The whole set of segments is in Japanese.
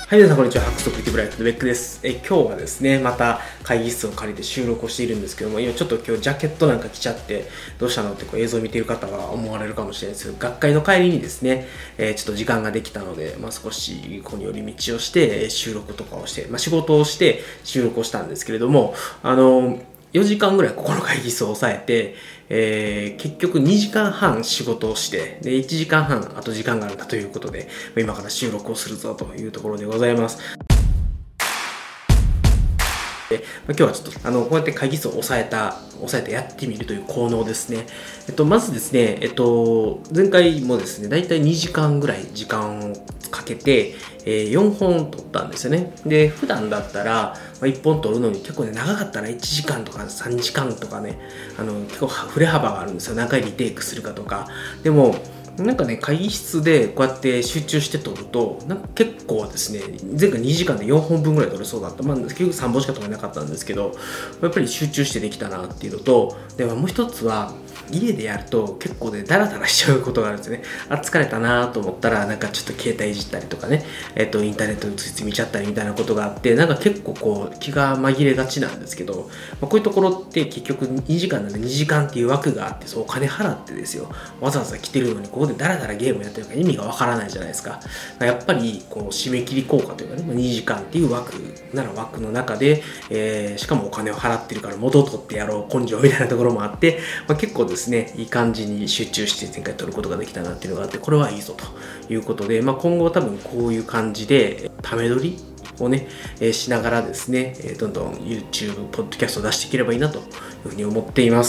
はい、皆さんこんにちは。ハックスとクリエイティブライフのベックです。今日はですね、また会議室を借りて収録をしているんですけども、今ジャケットなんか着ちゃって、どうしたのって映像を見ている方は思われるかもしれないですけど、学会の帰りにですね、ちょっと時間ができたので、少しここに寄り道をして、収録とかをして、仕事をして収録をしたんですけれども、4時間ぐらいここの会議室を抑えて、結局2時間半仕事をして、で、1時間半あと時間があるんだということで、今から収録をするぞというところでございます。今日はちょっとこうやって会議室を抑えてやってみるという効能ですね。まずですね、前回もですね、だいたい2時間ぐらい時間をかけて、4本撮ったんですよね。で、普段だったら、1本撮るのに結構ね、長かったら1時間とか3時間とかね、結構振れ幅があるんですよ。何回リテイクするかとか。でも、なんかね、会議室でこうやって集中して撮ると、なんか結構ですね、前回2時間で4本分ぐらい撮れそうだった。結局3本しか撮れなかったんですけど、やっぱり集中してできたなっていうのと、でももう一つは、家でやると結構ね、ダラダラしちゃうことがあるんですね。疲れたなと思ったら、なんかちょっと携帯いじったりとかね、インターネットについつい見ちゃったりみたいなことがあって、なんか結構こう、気が紛れがちなんですけど、こういうところって結局2時間なんで2時間っていう枠があって、そうお金払ってですよ、わざわざ来てるのに、ここでダラダラゲームやってるから意味がわからないじゃないですか。やっぱり、こう、締め切り効果というかね、2時間っていう枠なら枠の中で、しかもお金を払ってるから元を取ってやろう、根性みたいなところもあって、結構ですね、いい感じに集中して前回取ることができたなっていうのがあって、これはいいぞということで、今後多分こういう感じで、ため撮りをね、しながらですね、どんどん YouTube、ポッドキャストを出していければいいなというふうに思っています。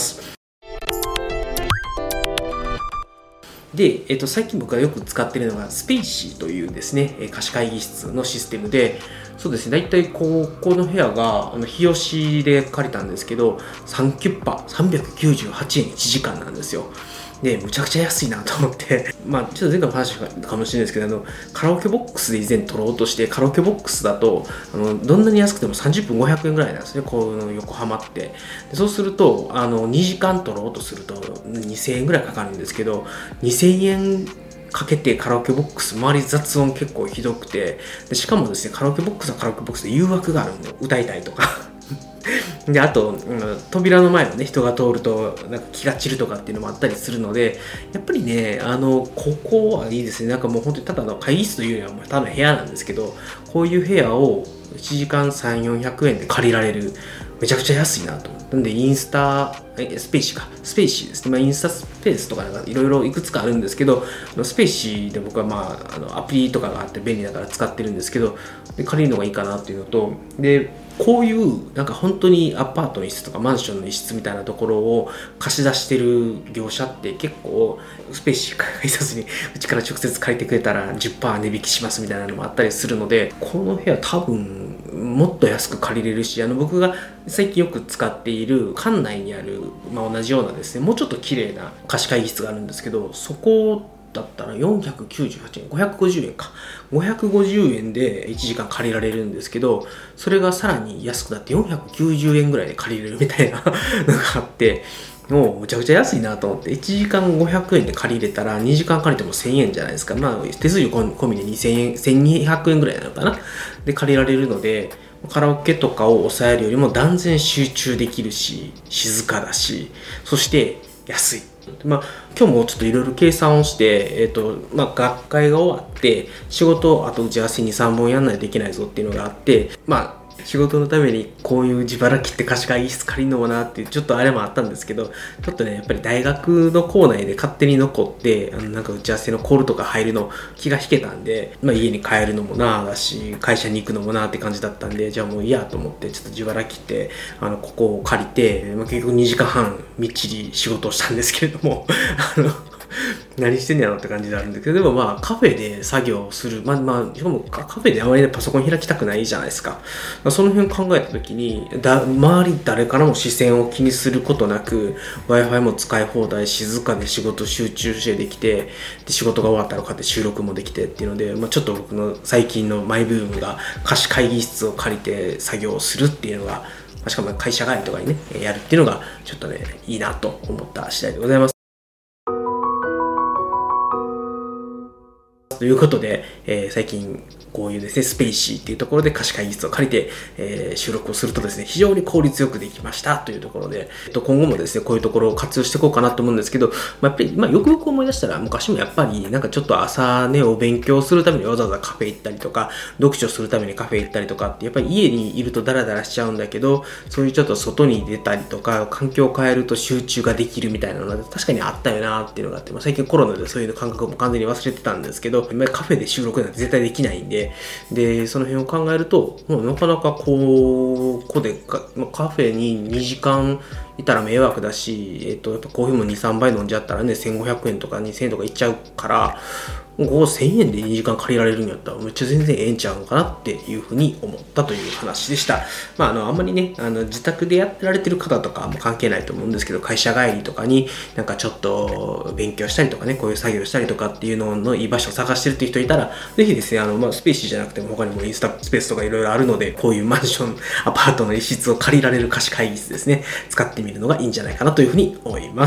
で、最近僕がよく使っているのがスペイシーというですね、貸し会議室のシステムで、そうですね、だいたいここの部屋が日吉で借りたんですけど、3キュッパ398円1時間なんですよ。で、むちゃくちゃ安いなと思って、ちょっと前回の話かもしれないですけど、カラオケボックスで以前取ろうとして、カラオケボックスだと、どんなに安くても30分500円ぐらいなんですね、この横浜って。でそうすると、2時間取ろうとすると2000円ぐらいかかるんですけど、2000円かけてカラオケボックス、周り雑音結構ひどくて、でしかもですね、カラオケボックスはカラオケボックスで誘惑があるんで、歌いたいとか。で、あと、扉の前をね、人が通ると、なんか気が散るとかっていうのもあったりするので、やっぱりね、ここはいいですね。なんかもう本当にただの会議室というよりは、ただの部屋なんですけど、こういう部屋を1時間3、400円で借りられる。めちゃくちゃ安いなと。なんで、インスタ、スペーシーですね。インスタスペースとかなんかいろいろいくつかあるんですけど、スペーシーで僕はアプリとかがあって便利だから使ってるんですけど、で借りるのがいいかなっていうのと、で、こういうなんか本当にアパートの一室とかマンションの一室みたいなところを貸し出してる業者って結構スペーシー介さずにうちから直接借りてくれたら 10% 値引きしますみたいなのもあったりするので、この部屋多分もっと安く借りれるし、僕が最近よく使っている館内にある、同じようなですね、もうちょっと綺麗な貸し会議室があるんですけど、そこだったら498円、550円か。550円で1時間借りられるんですけど、それがさらに安くなって490円ぐらいで借りれるみたいなのがあって、もうむちゃくちゃ安いなと思って、1時間500円で借りれたら2時間借りても1000円じゃないですか。手数料込みで2000円、1200円ぐらいなのかな。で借りられるので、カラオケとかを抑えるよりも断然集中できるし、静かだし、そして安い。今日もちょっといろいろ計算をして、学会が終わって、仕事、あと打ち合わせに3本やんないといけないぞっていうのがあって、仕事のためにこういう自腹切って貸し会議室借りるのもなっていうちょっとあれもあったんですけど、ちょっとねやっぱり大学の校内で勝手に残ってなんか打ち合わせのコールとか入るの気が引けたんで、家に帰るのもなだし会社に行くのもなって感じだったんで、じゃあもういいやと思ってちょっと自腹切ってここを借りて、結局2時間半みっちり仕事をしたんですけれども何してんねやろって感じであるんだけど、でもカフェで作業する、しかもカフェであまりパソコン開きたくないじゃないですか。その辺考えた時に周り誰からも視線を気にすることなく Wi-Fi も使い放題、静かで仕事集中してできて、で仕事が終わったらこうやって収録もできてっていうので、ちょっと僕の最近のマイブームが貸し会議室を借りて作業をするっていうのが、しかも会社帰りとかにねやるっていうのがちょっとねいいなと思った次第でございます。ということで、最近こういうですね、スペーシーっていうところで貸し会議室を借りて、収録をするとですね、非常に効率よくできましたというところで、今後もですね、こういうところを活用していこうかなと思うんですけど、やっぱり、よくよく思い出したら、昔もやっぱり、なんかちょっと朝ね、お勉強するためにわざわざカフェ行ったりとか、読書するためにカフェ行ったりとかって、やっぱり家にいるとダラダラしちゃうんだけど、そういうちょっと外に出たりとか、環境を変えると集中ができるみたいなのが確かにあったよなっていうのがあって、最近コロナでそういう感覚も完全に忘れてたんですけど、カフェで収録なんて絶対できないんで、その辺を考えると、なかなかここでカフェに2時間いたら迷惑だし、やっぱコーヒーも2、3杯飲んじゃったらね、1500円とか2000円とかいっちゃうから、ここ1000円で2時間借りられるんやったらめっちゃ全然ええんちゃうのかなっていうふうに思ったという話でした。あんまりね、自宅でやってられてる方とかも関係ないと思うんですけど、会社帰りとかになんかちょっと勉強したりとかね、こういう作業したりとかっていうのの居場所を探してるっていう人いたら、ぜひですね、スペーシーじゃなくても他にもインスタスペースとかいろいろあるので、こういうマンション、アパートの一室を借りられる貸し会議室ですね、使ってみるのがいいんじゃないかなというふうに思います。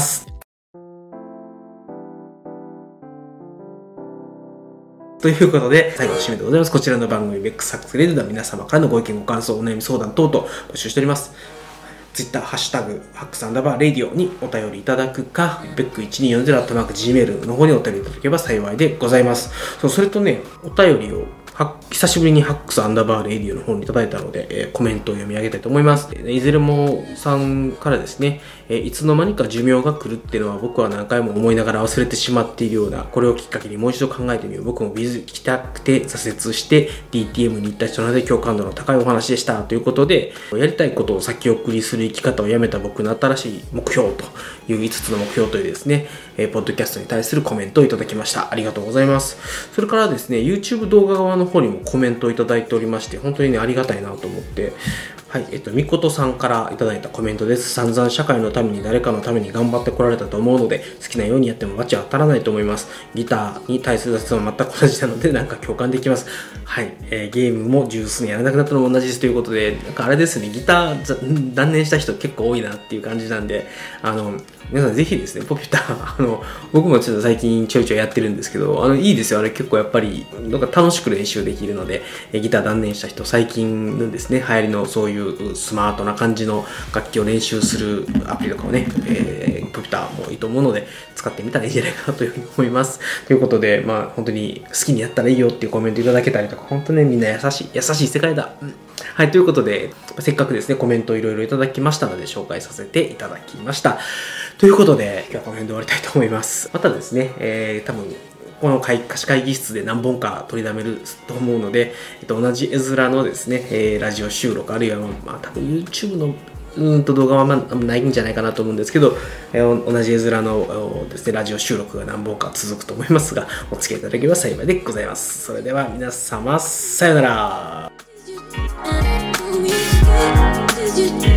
ということで、最後の締めでございます。こちらの番組、ベックサックスレディでは皆様からのご意見、ご感想、お悩み相談等々募集しております。Twitter、ハッシュタグ、ハックス_レディオにお便りいただくか、beck1240@gmail の方にお便りいただければ幸いでございます。それとね、お便りを久しぶりにハックス_レディオの方にいただいたので、コメントを読み上げたいと思います。いずれもさんからですね、いつの間にか寿命が来るっていうのは僕は何回も思いながら忘れてしまっているような、これをきっかけにもう一度考えてみよう。僕もビズ来たくて挫折して DTM に行った人なので共感度の高いお話でしたということで、やりたいことを先送りする生き方をやめた僕の新しい目標という5つの目標というですね、ポッドキャストに対するコメントをいただきました。ありがとうございます。それからですね、YouTube 動画側の方にもコメントをいただいておりまして、本当にね、ありがたいなと思って、はい、みことさんからいただいたコメントです。散々社会のために誰かのために頑張ってこられたと思うので、好きなようにやっても罰は当たらないと思います。ギターに対する雑談は全く同じなので、なんか共感できます。はい、ゲームも十数年やらなくなったのも同じですということで、なんかあれですね、ギター断念した人結構多いなっていう感じなんで、皆さんぜひですね、ポピュター、僕もちょっと最近ちょいちょいやってるんですけど、いいですよ。あれ結構やっぱり、なんか楽しく練習できるので、ギター断念した人、最近のですね、流行りのそういうスマートな感じの楽器を練習するアプリとかをね、ポピュターもいいと思うので、使ってみたらいいんじゃないかなというふうに思います。ということで、本当に好きにやったらいいよっていうコメントいただけたりとか、本当ね、みんな優しい世界だ。はい、ということで、せっかくですね、コメントをいろいろいただきましたので、紹介させていただきました。ということで、今日はこの辺で終わりたいと思います。またですね、多分、この貸し会議室で何本か取りだめると思うので、同じ絵面のですね、ラジオ収録、あるいは、多分 YouTube の動画はないんじゃないかなと思うんですけど、同じ絵面のですね、ラジオ収録が何本か続くと思いますが、お付き合いいただければ幸いでございます。それでは皆様、さようなら。